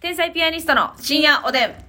天才ピアニストの深夜おでん。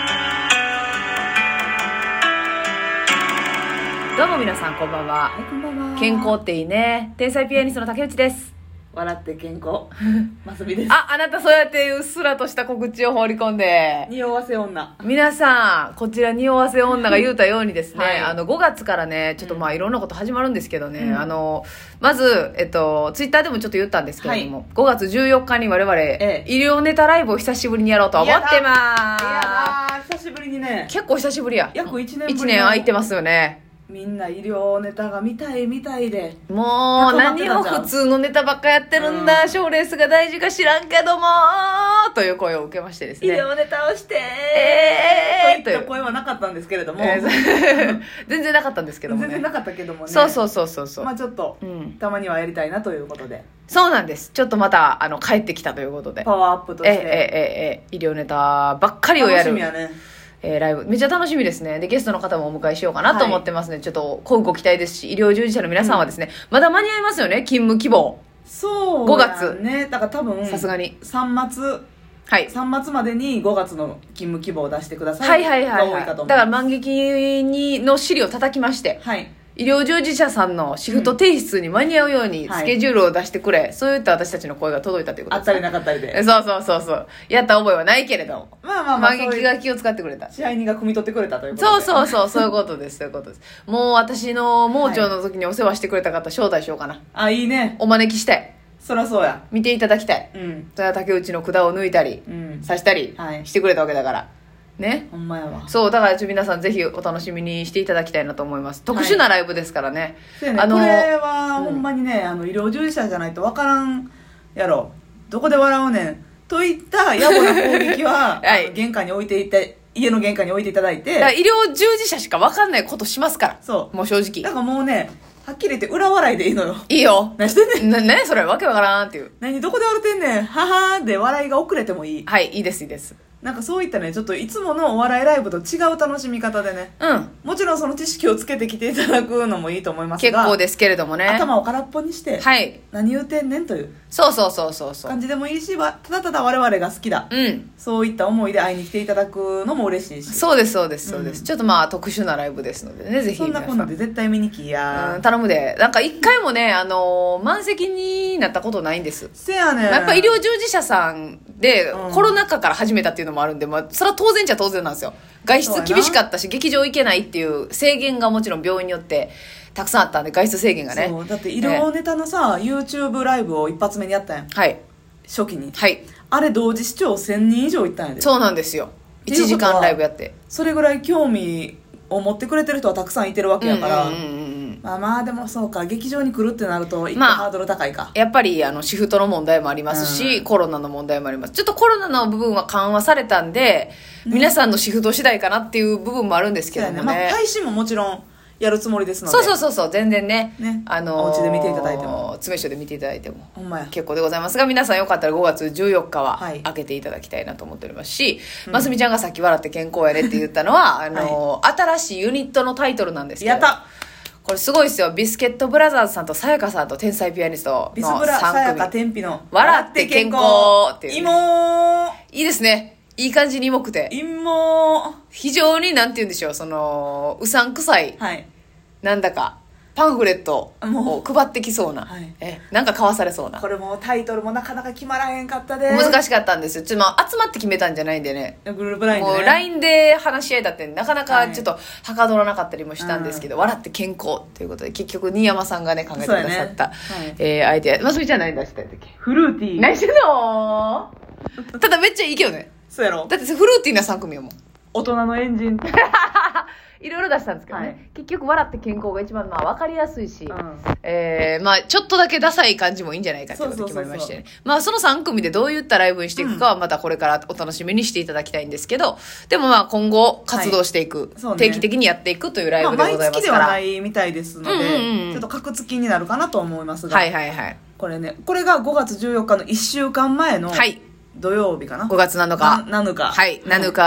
どうも皆さんこんばんは。 はい、こんばんは。 健康っていいね。天才ピアニストの竹内です。 笑って健康ますみです。 あなたそうやってうっすらとした告知を放り込んで、 匂わせ女。 皆さんこちら匂わせ女が言うたようにですね、 はい、 5月からねちょっとまあいろんなこと始まるんですけどね、まずツイッターでもちょっと言ったんですけれども、5月14日に我々、医療ネタライブを久しぶりにやろうと思ってます。 いや久しぶりにね。 結構久しぶりや。 約1年ぶり。 1年空いてますよね。 みんな医療ネタが見たいで、 もう何を普通のネタばっかやってるんだ、賞レースが大事か知らんけどもという声を受けましてですね、 医療ネタをしてといった声はなかったんですけれども、 全然なかったんですけどもね。 全然なかったけどもね。 そうまあちょっと、たまにはやりたいなということで。 そうなんです。ちょっとまた帰ってきたということで、 パワーアップとして医療ネタばっかりをやる。 楽しみやね。 ライブめっちゃ楽しみですね。でゲストの方もお迎えしようかなと思ってますね、ちょっと今後期待ですし、医療従事者の皆さんはですね、まだ間に合いますよね、勤務希望。 そう 5月ね。だから多分さすがに 3月までに5月の勤務希望を出してください。が多いかと思います。 だから満劇の尻を叩きまして、医療従事者さんのシフト提出に間に合うようにスケジュールを出してくれ、そういった私たちの声が届いたということです。 あったりなかったりで。 そうやった覚えはないけれども、満劇が気を使ってくれた、 支配人が汲み取ってくれたということで。 そういうことです。そういうことです。もう私の盲腸の時にお世話してくれた方招待しようかな。 あ、いいね。 お招きしたい。 そりゃそうや。 見ていただきたい。それは竹内の管を抜いたり、刺したりしてくれたわけだからね。 ほんまやわ。 そうだから皆さんぜひお楽しみにしていただきたいなと思います。特殊なライブですからね。 これはほんまにね、医療従事者じゃないと分からんやろ、どこで笑うねんといった野暮な攻撃は、玄関に置いていて、家の玄関に置いていただいて、 だから医療従事者しか分かんないことしますから。 そうもう正直だからもうね、はっきり言って裏笑いでいいのよ。 いいよ。 何してんねん。 何それわけわからんっていう。 何どこで笑ってんねん、ははーで笑いが遅れてもいい。 はい、いいです。 なんかそういったね、ちょっといつものお笑いライブと違う楽しみ方でね、もちろんその知識をつけてきていただくのもいいと思いますが、 結構ですけれどもね、 頭を空っぽにして、何言うてんねんというそう感じでもいいし、ただただ我々が好きだ、そういった思いで会いに来ていただくのも嬉しいし。 そうです、ちょっとまあ特殊なライブですのでね、ぜひそんなこんなで絶対見に来や、 頼むで。なんか一回もね、満席になったことないんです。 せやねん。 やっぱ医療従事者さんで、コロナ禍から始めたっていうのもあるんで、それは当然っちゃ当然なんですよ。外出厳しかったし、劇場行けないっていう制限がもちろん病院によってたくさんあったんで、外出制限がね。 そうだって医療ネタのさ、YouTube ライブを一発目にやったやん。初期に。あれ同時視聴1000人以上いったんやで。 そうなんですよ。1時間ライブやって。 それぐらい興味を持ってくれてる人はたくさんいてるわけやから、まあでもそうか、劇場に来るってなると一個ハードル高いか。 やっぱりシフトの問題もありますし、コロナの問題もあります。ちょっとコロナの部分は緩和されたんで、皆さんのシフト次第かなっていう部分もあるんですけどもね。 配信ももちろんやるつもりですので。 そう全然ね、 お家で見ていただいても、 詰め所で見ていただいてもほんまや結構でございますが、皆さんよかったら5月14日は開けていただきたいなと思っておりますし、ますみちゃんがさっき笑って健康やねって言ったのは新しいユニットのタイトルなんですけど、 やったこれすごいですよ。ビスケットブラザーズさんとさやかさんと天才ピアニストの3組。 ビスブラ、さやか天日の笑って健康っていう、ね、 芋いいですね。いい感じに芋くて、非常になんて言うんでしょう、うさんくさい、なんだかパンフレットを配ってきそうな、なんか買わされそうな。 これもタイトルもなかなか決まらへんかったで。 難しかったんですよ。集まって決めたんじゃないんでね。 グループラインでね。 もう LINE で話し合いだってなかなかちょっとはかどらなかったりもしたんですけど、笑って健康ということで、結局新山さんがね考えてくださった、アイデア。ますみちゃん何出したんだっけ？ フルーティー。 何してんの？ただめっちゃいいけどね。 そうやろ。 だってフルーティーな3組よもん。 大人のエンジン。 いろいろ出したんですけどね、結局笑って健康が一番分かりやすいし、ちょっとだけダサい感じもいいんじゃないかってことで決まりましてね。その3組でどういったライブにしていくかはまたこれからお楽しみにしていただきたいんですけど、でも今後活動していく、定期的にやっていくというライブでございますから、 毎月ではないみたいですので、ちょっと格付きになるかなと思いますが、これね、これが5月14日の1週間前の土曜日かな、 5月7日 7日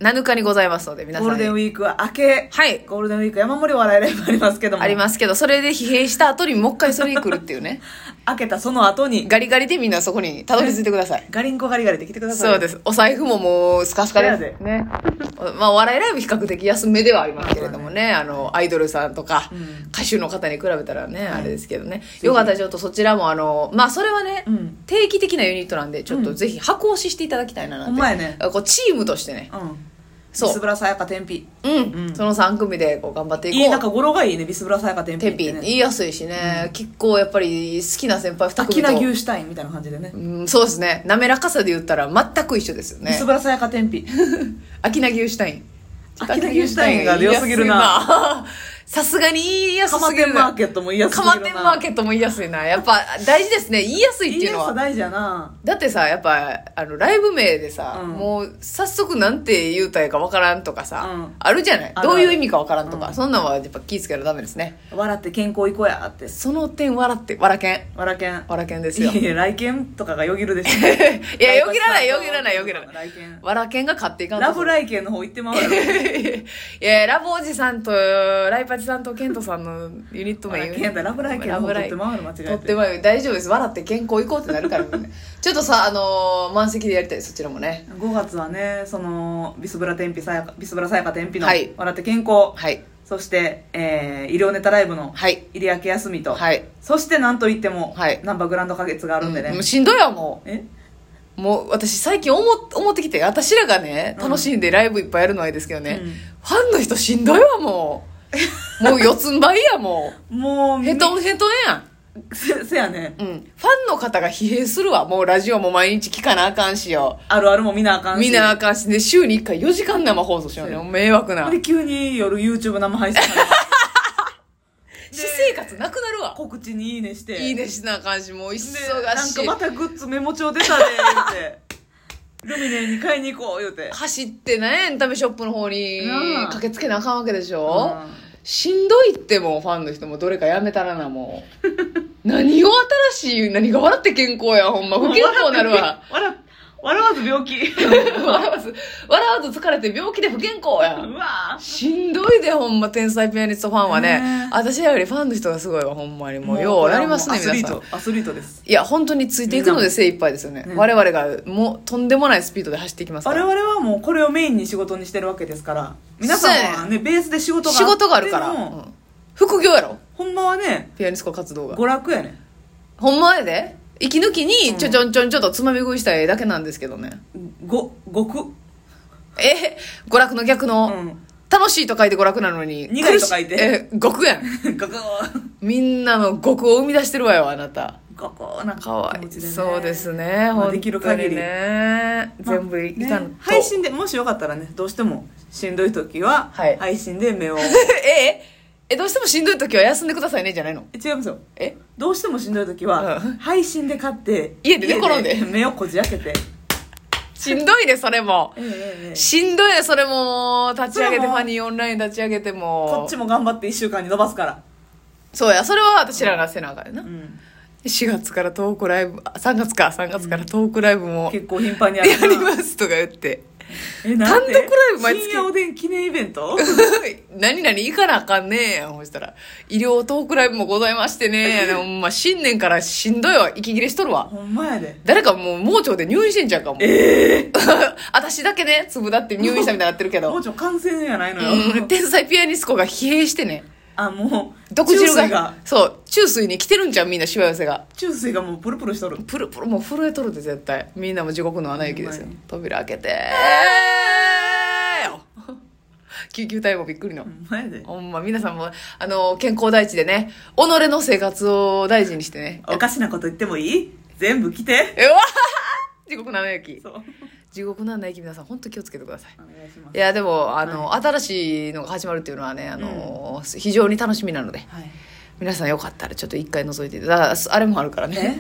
7日にございますので、皆さん。 ゴールデンウィークは明け。 はい。 ゴールデンウィーク山盛り笑いライブありますけども。 ありますけど、それで疲弊した後にもう一回それに来るっていうね。 明けたその後に。 ガリガリでみんなそこにたどり着いてください。 ガリンコガリガリで来てください。 そうです。お財布ももうスカスカです。ね。まあ、お笑いライブ比較的安めではありますけれどもね、アイドルさんとか、歌手の方に比べたらね、あれですけどね。よかったらちょっとそちらもまあ、それはね、定期的なユニットなんで、ちょっとぜひ箱押ししていただきたいななんて。 ほんまやね。 こう、チームとしてね。 そう。ビスブラさやか天日。 その3組でこう頑張っていこう。 いい、なんか語呂がいいね、ビスブラさやか天日。 天日。言いやすいしね。結構やっぱり好きな先輩2組と。 アキナ・牛シュタインみたいな感じでね。 そうですね。滑らかさで言ったら全く一緒ですよね。 ビスブラさやか天日。 アキナ・牛シュタイン。 アキナ・牛シュタインが良すぎるな。 さすがに言いやすすぎる。 カマテンマーケットも言いやすいな。 カマテンマーケットも言いやすいな。やっぱ大事ですね。言いやすいっていうのは。 言いやすさ大事やな。 だってさ、やっぱライブ名でさ、もう早速なんて言うたらいいかわからんとかさ、あるじゃない。どういう意味かわからんとか、そんなんはやっぱ気ぃつけたらダメですね。 笑って健康行こうやって。 その点笑って、わらけん。 わらけん。 わらけんですよ。 いや、来県とかがよぎるでしょ。 いや、よぎらない。わらけんが勝っていかんと。 ラブ来県の方行ってまうやろ。 いや、ラブおじさんと、ライパチさんとケントさんのユニット名言う。 ラブ来県の方取ってまうの間違えて。 取ってまう。大丈夫です。笑って健康行こうってなるからね。ちょっとさ、満席でやりたい、そちらもね。 5月はね、ビスブラさやか天日の、笑って健康。はい。そして、医療ネタライブの、入り明け休みと。はい。そしてなんといっても、ナンバーグランド花月があるんでね。 もうしんどいわ、もう。もう私最近思ってきて、私らがね、楽しんでライブいっぱいやるのはいいですけどね、ファンの人しんどいわ、もう。もう四つん這いや、もう。もう、ヘトンヘトンやん。 せやね。 ファンの方が疲弊するわ。もうラジオも毎日聞かなあかんしよ。 あるあるも見なあかんし。 見なあかんし。で、週に1回4時間生放送しようね。迷惑な。 で、急に夜 YouTube 生配信私生活なくなるわ。 告知にいいねして。 いいねしなあかんし、もう忙しい。 なんかまたグッズメモ帳出たで、言うて。ルミネに買いに行こう、言うて。 走ってね、エンタメショップの方に駆けつけなあかんわけでしょ。しんどいってもうファンの人もどれかやめたらな、もう。何が笑って健康や、ほんま。不健康なるわ。 笑わず病気。 笑わず疲れて病気で不健康や。 うわしんどいで、ほんま、天才ピアニストファンはね。私らよりファンの人がすごいわ、ほんまに。もう、ようやりますね、皆さん。 アスリートです。 いや、本当についていくので精一杯ですよね。我々が、もう、とんでもないスピードで走っていきますから。 我々はもう、これをメインに仕事にしてるわけですから。皆さんはね、ベースで仕事があるから。副業やろ。 ほんまはね、 ピアニスト活動が。 娯楽やね。 ほんまやで。息抜きにちょっとつまみ食いしたいだけなんですけどね。 娯楽の逆の、楽しいと書いて娯楽なのに苦いと書いて極やん。みんなの極を生み出してるわよ、あなた。 極なかわいい。そうですね、 できる限りね。全部いかんと。 配信でもしよかったらね、どうしてもしんどい時は配信で目をどうしてもしんどい時は休んでくださいね、じゃないの？ 違いますよ。どうしてもしんどい時は、配信で買って、 家で寝転んで。 目をこじ開けて。 しんどいね、それも。しんどいね、それも。立ち上げて、ファニーオンライン立ち上げても。 こっちも頑張って1週間に伸ばすから。 そうや、それは私らがせなあかんよな。4月からトークライブ、3月からトークライブも。 結構頻繁にやりますとか言って。単独ライブ毎月。 深夜おでん記念イベント何行かなあかんねえやん、そしたら。医療トークライブもございましてね。ほんま、新年からしんどいわ。息切れしとるわ。 ほんまやで。 誰かもう盲腸で入院してんちゃうかも。私だけね、粒だって入院したみたいになってるけど。 盲腸感染やないのよ。 天才ピアニスコが疲弊してね。 もう、 毒汁が。そう、中水に来てるんちゃう、みんなしわ寄せが。 中水がもうプルプルしとる。 プルプル、もう震えとるで絶対。みんなも地獄の穴行きですよ。扉開けて救急隊もびっくりの。ほんま、皆さんも、健康第一でね、己の生活を大事にしてね。 おかしなこと言ってもいい？全部来て。 地獄の穴行き。 そう。 地獄の穴行き、皆さん本当気をつけてください。 お願いします。 いや、でも、新しいのが始まるっていうのはね、非常に楽しみなので、皆さんよかったらちょっと一回覗いていただいて、あれもあるからね。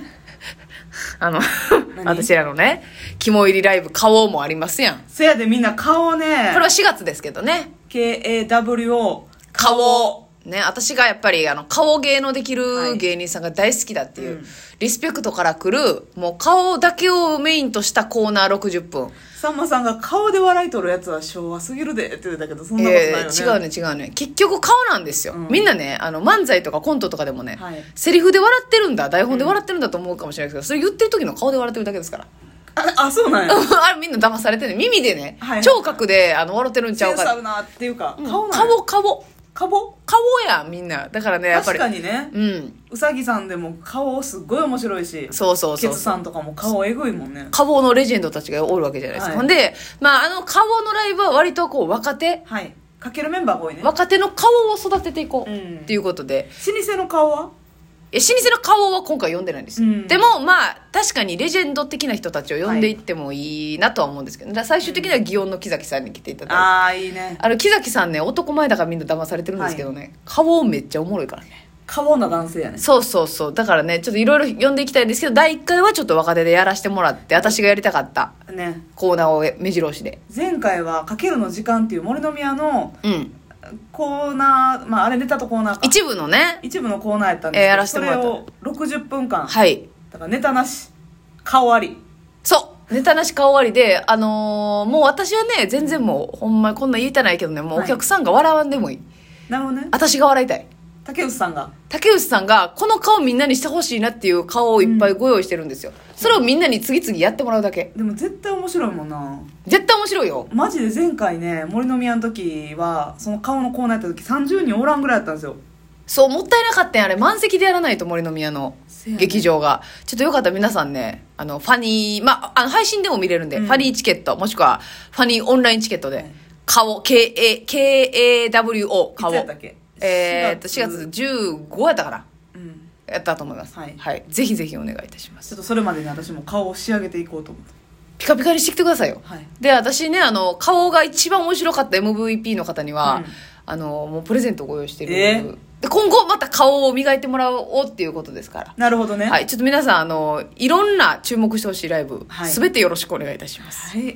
私らのね、肝入りライブ、顔もありますやん。 せやでみんな顔ね。 これは4月ですけどね。 KAWO。 顔。 ね、私がやっぱり顔芸のできる芸人さんが大好きだっていう、リスペクトから来る、もう顔だけをメインとしたコーナー60分。 さんまさんが顔で笑い取るやつは昭和すぎるでって言ってたけど、そんなことないよね。 違うね。結局顔なんですよ。みんなね、漫才とかコントとかでもね、セリフで笑ってるんだ、台本で笑ってるんだと思うかもしれないですけど、それ言ってる時の顔で笑ってるだけですから。 そうなんや。 あれみんな騙されてね、耳でね、聴覚で笑ってるんちゃうか。 センスあるなっていうか、 顔やみんな。だからね、やっぱり。 確かにね。うさぎさんでも顔すっごい面白いし。 そうケツさんとかも顔えぐいもんね。 顔のレジェンドたちがおるわけじゃないですか。ほんで、顔のライブは割と若手。 はい。かけるメンバーが多いね。 若手の顔を育てていこう。っていうことで。 老舗の顔は老舗の顔は今回読んでないんです、でも確かにレジェンド的な人たちを呼んでいってもいいなとは思うんですけど、最終的には祇園の木崎さんに来ていただいて、 いいね。 木崎さんね、男前だからみんな騙されてるんですけどね、顔めっちゃおもろいからね。 顔な男性やね。 そうだからね、ちょっといろいろ呼んでいきたいんですけど、第1回はちょっと若手でやらせてもらって、私がやりたかったコーナーを目白押しで。 前回はかけるの時間っていう森の宮のコーナー、あれネタとコーナーか。 一部のコーナーやったんですけど、 やらせてもらった。 それを60分間。 はい。 だからネタなし、顔あり。 ネタなし顔ありで、もう私はね、全然もう、ほんまこんなん言いたないけどね、もうお客さんが笑わんでもいい。 なるほどね。 私が笑いたい。 竹内さんが、 この顔みんなにしてほしいなっていう顔をいっぱいご用意してるんですよ。それをみんなに次々やってもらうだけ。 でも絶対面白いもんな。 絶対面白いよ。 マジで前回ね、森の宮の時は、その顔のコーナーやった時30人おらんぐらいやったんですよ。 そう、もったいなかったんあれ。満席でやらないと森の宮の劇場が。ちょっとよかったら皆さんね、ファニー、配信でも見れるんで、ファニーチケット、もしくはファニーオンラインチケットで、顔、KAWO、顔。 いつやったっけ 4月15やったかな、やったと思います、ぜひぜひお願いいたします。 ちょっとそれまでに私も顔を仕上げていこうと思って、 ピカピカにしてきてくださいよ、で私ね顔が一番面白かった MVP の方には、もうプレゼントをご用意してる、で今後また顔を磨いてもらおうっていうことですから。 なるほどね。 ちょっと皆さんいろんな注目してほしいライブ、全てよろしくお願いいたします。